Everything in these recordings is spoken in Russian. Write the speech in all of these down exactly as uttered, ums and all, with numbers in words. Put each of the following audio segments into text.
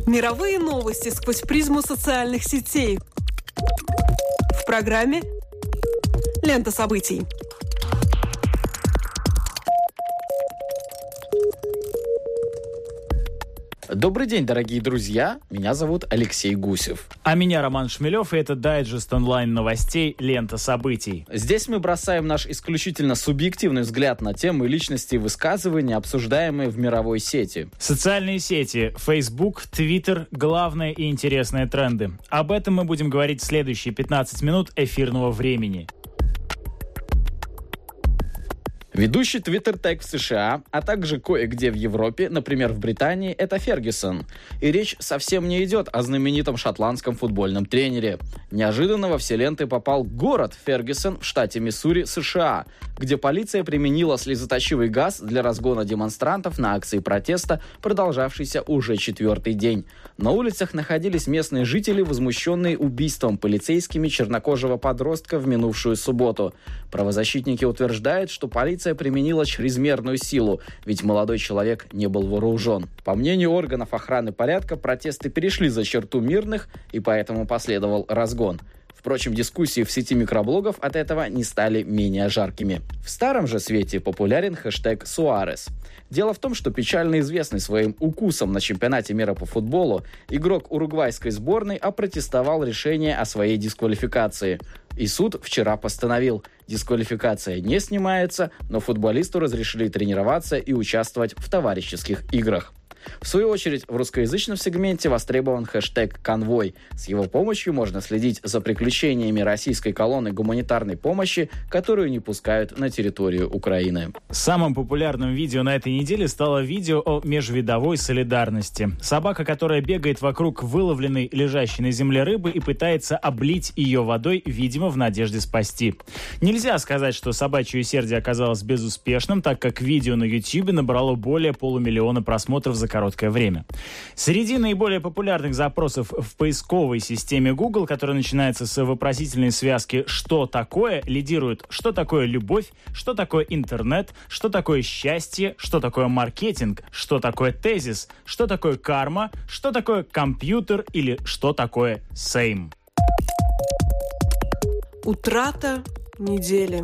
Мировые новости сквозь призму социальных сетей. В программе «Лента событий». Добрый день, дорогие друзья. Меня зовут Алексей Гусев. А меня Роман Шмелев, и это дайджест онлайн-новостей «Лента событий». Здесь мы бросаем наш исключительно субъективный взгляд на темы личности и высказывания, обсуждаемые в мировой сети. Социальные сети, Facebook, Twitter, главные и интересные тренды. Об этом мы будем говорить в следующие пятнадцать минут эфирного времени. Ведущий твиттер-тег в США, а также кое-где в Европе, например, в Британии, это Фергюсон. И речь совсем не идет о знаменитом шотландском футбольном тренере. Неожиданно во все ленты попал город Фергюсон в штате Миссури, США, где полиция применила слезоточивый газ для разгона демонстрантов на акции протеста, продолжавшейся уже четвертый день. На улицах находились местные жители, возмущенные убийством полицейскими чернокожего подростка в минувшую субботу. Правозащитники утверждают, что полиция применила чрезмерную силу, ведь молодой человек не был вооружен. По мнению органов охраны порядка, протесты перешли за черту мирных, и поэтому последовал разгон. Впрочем, дискуссии в сети микроблогов от этого не стали менее жаркими. В старом же свете популярен хэштег «Суарес». Дело в том, что печально известный своим укусом на чемпионате мира по футболу, игрок уругвайской сборной опротестовал решение о своей дисквалификации. И суд вчера постановил: дисквалификация не снимается, но футболисту разрешили тренироваться и участвовать в товарищеских играх. В свою очередь, в русскоязычном сегменте востребован хэштег «Конвой». С его помощью можно следить за приключениями российской колонны гуманитарной помощи, которую не пускают на территорию Украины. Самым популярным видео на этой неделе стало видео о межвидовой солидарности. Собака, которая бегает вокруг выловленной, лежащей на земле рыбы и пытается облить ее водой, видимо, в надежде спасти. Нельзя сказать, что собачье усердие оказалось безуспешным, так как видео на YouTube набрало более полумиллиона просмотров за короткое время. Среди наиболее популярных запросов в поисковой системе Google, которая начинается с вопросительной связки «что такое?», лидируют «что такое любовь?», «что такое интернет?», «что такое счастье?», «что такое маркетинг?», «что такое тезис?», «что такое карма?», «что такое компьютер?» или «что такое same?». Утрата недели.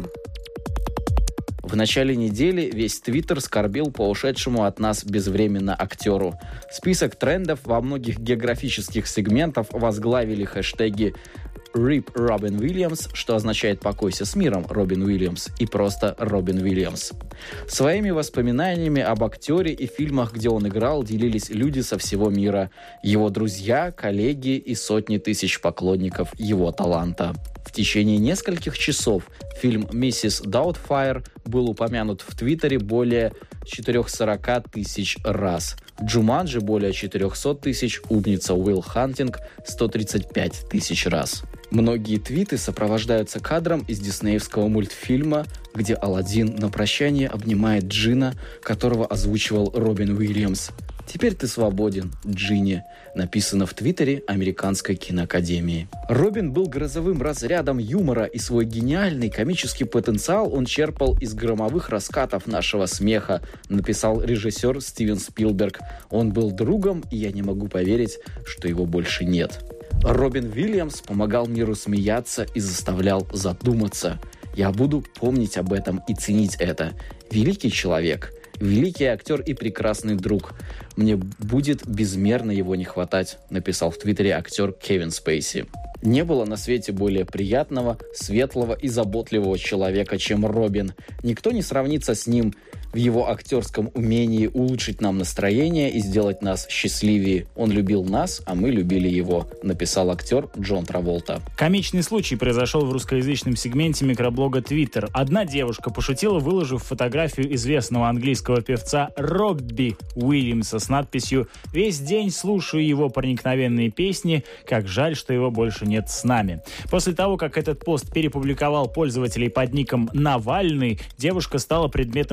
В начале недели весь Твиттер скорбел по ушедшему от нас безвременно актеру. Список трендов во многих географических сегментах возглавили хэштеги «Rip Робин Уильямс», что означает «покойся с миром, Робин Уильямс», и просто «Робин Уильямс». Своими воспоминаниями об актере и фильмах, где он играл, делились люди со всего мира, его друзья, коллеги и сотни тысяч поклонников его таланта. В течение нескольких часов фильм «Миссис Даутфайр» был упомянут в Твиттере более четыреста сорок тысяч раз. «Джуманджи» более четыреста тысяч, «Умница Уилл Хантинг» сто тридцать пять тысяч раз. Многие твиты сопровождаются кадром из диснеевского мультфильма, где Аладдин на прощание обнимает Джина, которого озвучивал Робин Уильямс. «Теперь ты свободен, Джинни», написано в Твиттере Американской киноакадемии. Робин был грозовым разрядом юмора, и свой гениальный комический потенциал он черпал из громовых раскатов нашего смеха, написал режиссер Стивен Спилберг. Он был другом, и я не могу поверить, что его больше нет. Робин Уильямс помогал миру смеяться и заставлял задуматься. Я буду помнить об этом и ценить это. Великий человек. Великий актер и прекрасный друг. Мне будет безмерно его не хватать, написал в Твиттере актер Кевин Спейси. Не было на свете более приятного, светлого и заботливого человека, чем Робин. Никто не сравнится с ним в его актерском умении улучшить нам настроение и сделать нас счастливее. Он любил нас, а мы любили его, написал актер Джон Траволта. Комичный случай произошел в русскоязычном сегменте микроблога Twitter. Одна девушка пошутила, выложив фотографию известного английского певца Робби Уильямса с надписью «Весь день слушаю его проникновенные песни, как жаль, что его больше нет с нами». После того, как этот пост перепубликовал пользователей под ником Навальный, девушка стала предметом всеобщего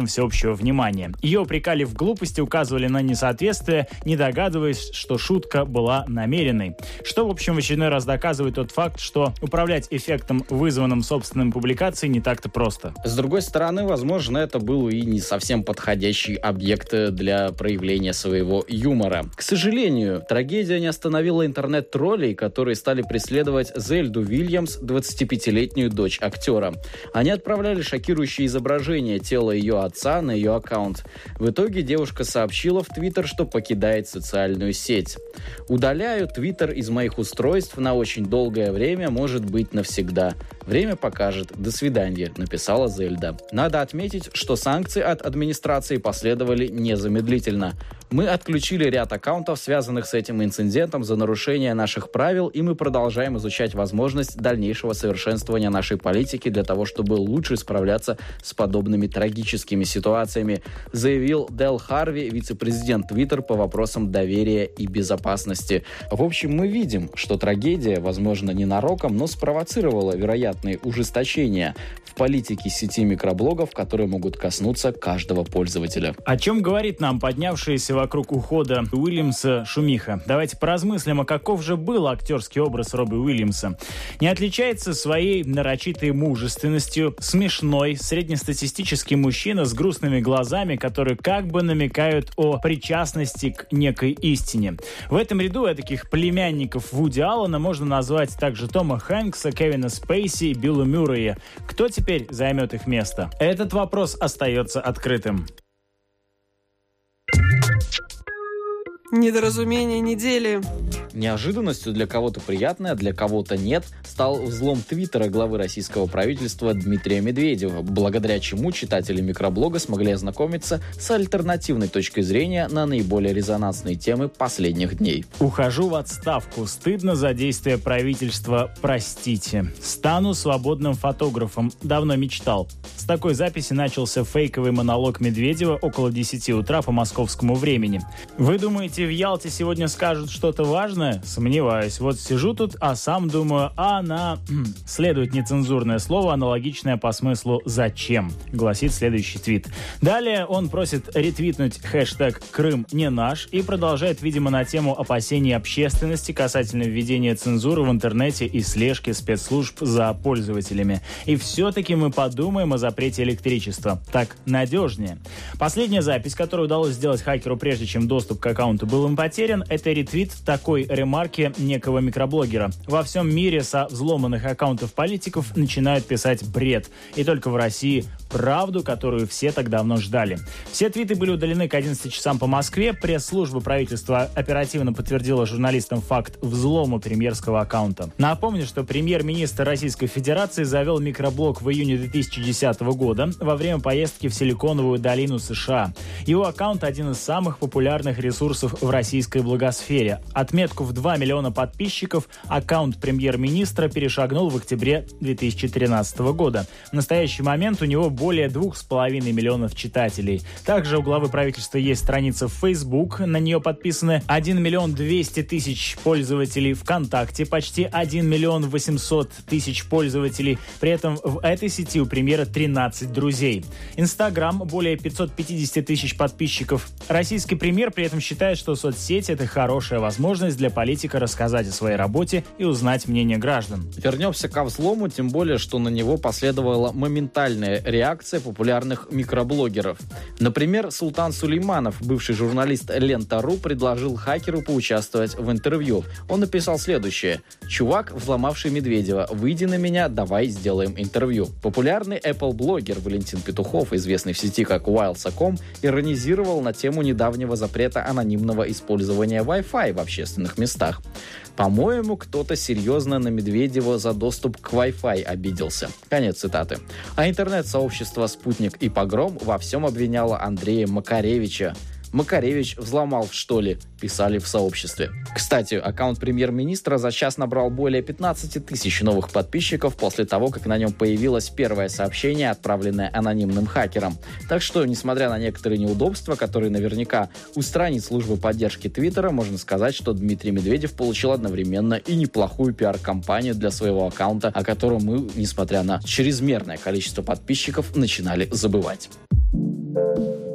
общего внимания. Ее упрекали в глупости, указывали на несоответствие, не догадываясь, что шутка была намеренной. Что, в общем, в очередной раз доказывает тот факт, что управлять эффектом, вызванным собственной публикацией, не так-то просто. С другой стороны, возможно, это был и не совсем подходящий объект для проявления своего юмора. К сожалению, трагедия не остановила интернет-троллей, которые стали преследовать Зельду Уильямс, двадцатипятилетнюю дочь актера. Они отправляли шокирующие изображения тела ее отца на ее аккаунт. В итоге девушка сообщила в Твиттер, что покидает социальную сеть. «Удаляю Твиттер из моих устройств на очень долгое время, может быть, навсегда. Время покажет. До свидания», — написала Зельда. Надо отметить, что санкции от администрации последовали незамедлительно. «Мы отключили ряд аккаунтов, связанных с этим инцидентом, за нарушение наших правил, и мы продолжаем изучать возможность дальнейшего совершенствования нашей политики для того, чтобы лучше справляться с подобными трагическими ситуациями», заявил Дэл Харви, вице-президент Твиттер по вопросам доверия и безопасности. В общем, мы видим, что трагедия, возможно, ненароком, но спровоцировала вероятные ужесточения в политике сети микроблогов, которые могут коснуться каждого пользователя. О чем говорит нам поднявшаяся вокруг ухода Уильямса шумиха? Давайте поразмыслим, а каков же был актерский образ Робби Уильямса. Не отличается своей нарочитой мужественностью, смешной, среднестатистический мужчина с грустными глазами, которые как бы намекают о причастности к некой истине. В этом ряду таких племянников Вуди Аллена можно назвать также Тома Хэнкса, Кевина Спейси и Билла Мюррея. Кто теперь займет их место? Этот вопрос остается открытым. Недоразумение недели. Неожиданностью для кого-то приятной, а для кого-то нет, стал взлом Твиттера главы российского правительства Дмитрия Медведева, благодаря чему читатели микроблога смогли ознакомиться с альтернативной точкой зрения на наиболее резонансные темы последних дней. «Ухожу в отставку. Стыдно за действия правительства. Простите. Стану свободным фотографом. Давно мечтал». С такой записи начался фейковый монолог Медведева около десяти утра по московскому времени. Вы думаете, в Ялте сегодня скажут что-то важное? Сомневаюсь. Вот сижу тут, а сам думаю, а на... Следует нецензурное слово, аналогичное по смыслу «зачем», гласит следующий твит. Далее он просит ретвитнуть хэштег «Крым не наш» и продолжает, видимо, на тему опасений общественности касательно введения цензуры в интернете и слежки спецслужб за пользователями. И все-таки мы подумаем о запрете электричества. Так надежнее. Последняя запись, которую удалось сделать хакеру, прежде чем доступ к аккаунту был им потерян, это ретвит такой ремарки некого микроблогера. Во всем мире со взломанных аккаунтов политиков начинают писать бред. И только в России правду, которую все так давно ждали. Все твиты были удалены к одиннадцати часам по Москве. Пресс-служба правительства оперативно подтвердила журналистам факт взлома премьерского аккаунта. Напомню, что премьер-министр Российской Федерации завел микроблог в июне две тысячи десятого года во время поездки в Силиконовую долину США. Его аккаунт один из самых популярных ресурсов в российской блогосфере. Отметку в два миллиона подписчиков аккаунт премьер-министра перешагнул в октябре две тысячи тринадцатого года. В настоящий момент у него более двух с половиной миллионов читателей. Также у главы правительства есть страница в Facebook, на нее подписаны один миллион двести тысяч пользователей, ВКонтакте почти один миллион восемьсот тысяч пользователей. При этом в этой сети у премьера тринадцать друзей. Инстаграм более пятьсот пятьдесят тысяч подписчиков. Российский премьер при этом считает, что соцсети — это хорошая возможность для политика рассказать о своей работе и узнать мнение граждан. Вернемся ко взлому, тем более, что на него последовала моментальная реакция популярных микроблогеров. Например, Султан Сулейманов, бывший журналист Лента.ру, предложил хакеру поучаствовать в интервью. Он написал следующее: «Чувак, взломавший Медведева, выйди на меня, давай сделаем интервью». Популярный Apple-блогер Валентин Петухов, известный в сети как Wildsa.com, иронизировал на тему недавнего запрета анонимного использования Wi-Fi в общественных местах. «По-моему, кто-то серьезно на Медведева за доступ к Wi-Fi обиделся». Конец цитаты. А интернет-сообщество «Спутник» и «Погром» во всем обвиняло Андрея Макаревича. «Макаревич взломал, что ли?» — писали в сообществе. Кстати, аккаунт премьер-министра за час набрал более пятнадцать тысяч новых подписчиков после того, как на нем появилось первое сообщение, отправленное анонимным хакером. Так что, несмотря на некоторые неудобства, которые наверняка устранит служба поддержки Твиттера, можно сказать, что Дмитрий Медведев получил одновременно и неплохую пиар-кампанию для своего аккаунта, о котором мы, несмотря на чрезмерное количество подписчиков, начинали забывать.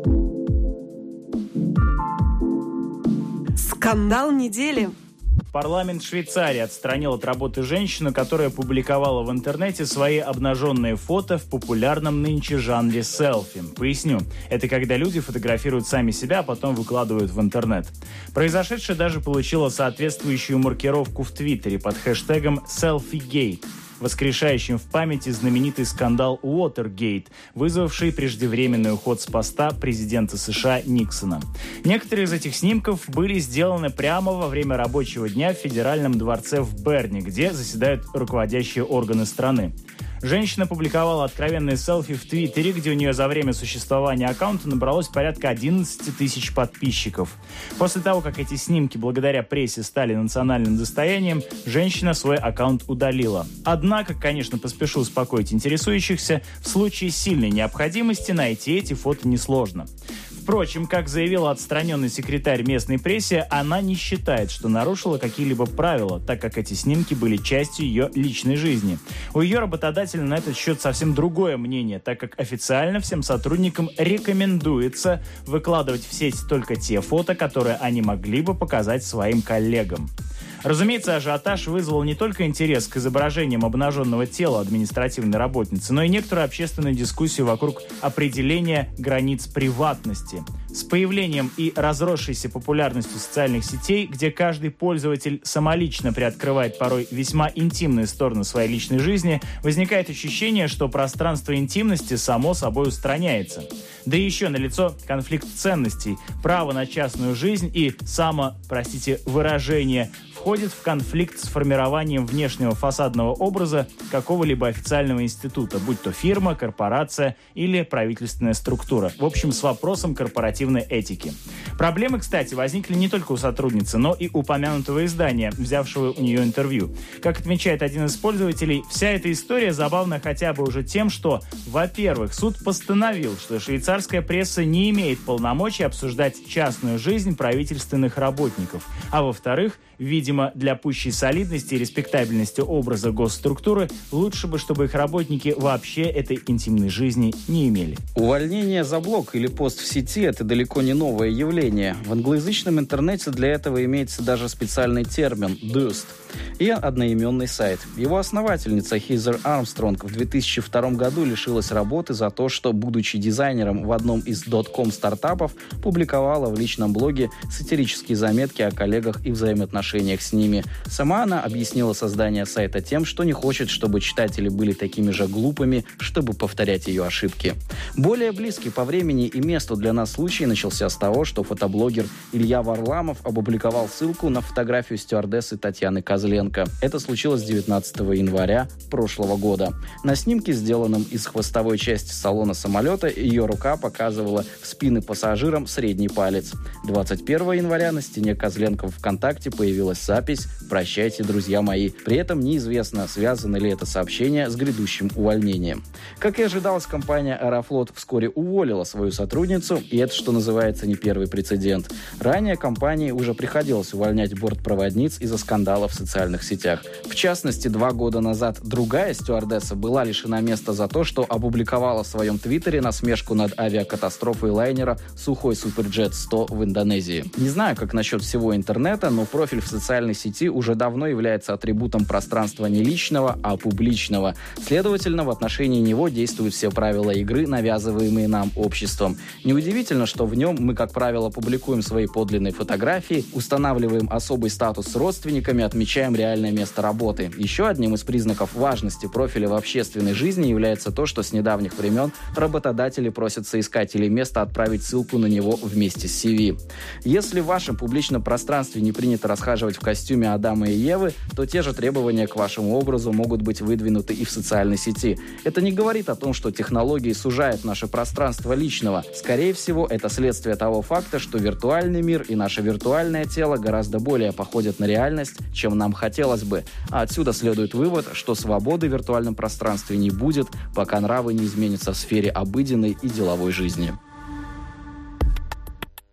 Скандал недели. Парламент Швейцарии отстранил от работы женщину, которая публиковала в интернете свои обнаженные фото в популярном нынче жанре селфи. Поясню. Это когда люди фотографируют сами себя, а потом выкладывают в интернет. Произошедшее даже получило соответствующую маркировку в Твиттере под хэштегом «селфигейт», воскрешающим в памяти знаменитый скандал Уотергейт, вызвавший преждевременный уход с поста президента США Никсона. Некоторые из этих снимков были сделаны прямо во время рабочего дня в Федеральном дворце в Берне, где заседают руководящие органы страны. Женщина публиковала откровенные селфи в Твиттере, где у нее за время существования аккаунта набралось порядка одиннадцать тысяч подписчиков. После того, как эти снимки благодаря прессе стали национальным достоянием, женщина свой аккаунт удалила. Однако, конечно, поспешу успокоить интересующихся, в случае сильной необходимости найти эти фото несложно. Впрочем, как заявила отстраненный секретарь местной прессе, она не считает, что нарушила какие-либо правила, так как эти снимки были частью ее личной жизни. У ее работодателя на этот счет совсем другое мнение, так как официально всем сотрудникам рекомендуется выкладывать в сеть только те фото, которые они могли бы показать своим коллегам. Разумеется, ажиотаж вызвал не только интерес к изображениям обнаженного тела административной работницы, но и некоторую общественную дискуссию вокруг определения границ приватности. С появлением и разросшейся популярностью социальных сетей, где каждый пользователь самолично приоткрывает порой весьма интимные стороны своей личной жизни, возникает ощущение, что пространство интимности само собой устраняется. Да и еще налицо конфликт ценностей, право на частную жизнь и само, простите, выражение входит в конфликт с формированием внешнего фасадного образа какого-либо официального института, будь то фирма, корпорация или правительственная структура. В общем, с вопросом корпоративной этики. Проблемы, кстати, возникли не только у сотрудницы, но и упомянутого издания, взявшего у нее интервью. Как отмечает один из пользователей, вся эта история забавна хотя бы уже тем, что, во-первых, суд постановил, что швейцарская пресса не имеет полномочий обсуждать частную жизнь правительственных работников, а во-вторых, видимо, для пущей солидности и респектабельности образа госструктуры лучше бы, чтобы их работники вообще этой интимной жизни не имели. Увольнение за блог или пост в сети – это далеко не новое явление. В англоязычном интернете для этого имеется даже специальный термин «дust» и одноименный сайт. Его основательница Хизер Армстронг в две тысячи втором году лишилась работы за то, что, будучи дизайнером в одном из дотком стартапов, публиковала в личном блоге сатирические заметки о коллегах и взаимоотношениях с ними. Сама она объяснила создание сайта тем, что не хочет, чтобы читатели были такими же глупыми, чтобы повторять ее ошибки. Более близкий по времени и месту для нас случай начался с того, что фотоблогер Илья Варламов опубликовал ссылку на фотографию стюардессы Татьяны Козленко. Это случилось девятнадцатого января прошлого года. На снимке, сделанном из хвостовой части салона самолета, ее рука показывала в спины пассажирам средний палец. двадцать первого января на стене Козленко в ВКонтакте появилась запись «Прощайте, друзья мои». При этом неизвестно, связано ли это сообщение с грядущим увольнением. Как и ожидалось, компания «Аэрофлот» вскоре уволила свою сотрудницу, и это, что называется, не первый прецедент. Ранее компании уже приходилось увольнять бортпроводниц из-за скандалов в социальных сетях. В частности, два года назад другая стюардесса была лишена места за то, что опубликовала в своем твиттере насмешку над авиакатастрофой лайнера «Сухой Суперджет сто» в Индонезии. Не знаю, как насчет всего интернета, но профиль в социальной сети уже давно является атрибутом пространства не личного, а публичного. Следовательно, в отношении него действуют все правила игры, навязываемые нам обществом. Неудивительно, что в нем мы, как правило, публикуем свои подлинные фотографии, устанавливаем особый статус с родственниками, отмечаем реальное место работы. Еще одним из признаков важности профиля в общественной жизни является то, что с недавних времен работодатели просят соискателей места отправить ссылку на него вместе с си ви. Если в вашем публичном пространстве не принято расхаживать в костюме Адама и Евы, то те же требования к вашему образу могут быть выдвинуты и в социальной сети. Это не говорит о том, что технологии сужают наше пространство личного. Скорее всего, это следствие того факта, что виртуальный мир и наше виртуальное тело гораздо более походят на реальность, чем нам хотелось бы. А отсюда следует вывод, что свободы в виртуальном пространстве не будет, пока нравы не изменятся в сфере обыденной и деловой жизни.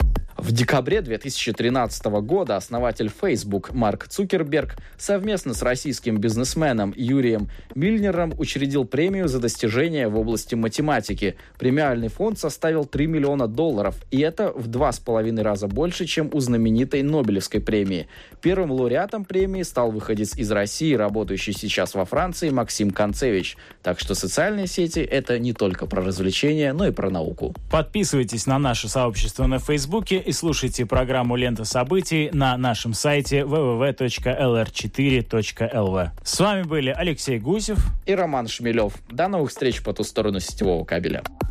В декабре две тысячи тринадцатого года основатель Facebook Марк Цукерберг совместно с российским бизнесменом Юрием Мильнером учредил премию за достижения в области математики. Премиальный фонд составил три миллиона долларов, и это в два с половиной раза больше, чем у знаменитой Нобелевской премии. Первым лауреатом премии стал выходец из России, работающий сейчас во Франции, Максим Концевич. Так что социальные сети — это не только про развлечения, но и про науку. Подписывайтесь на наше сообщество на Фейсбуке и слушайте программу «Лента событий» на нашем сайте дабл ю дабл ю дабл ю точка эл эр четыре точка эл ви. С вами были Алексей Гусев и Роман Шмелев. До новых встреч по ту сторону сетевого кабеля.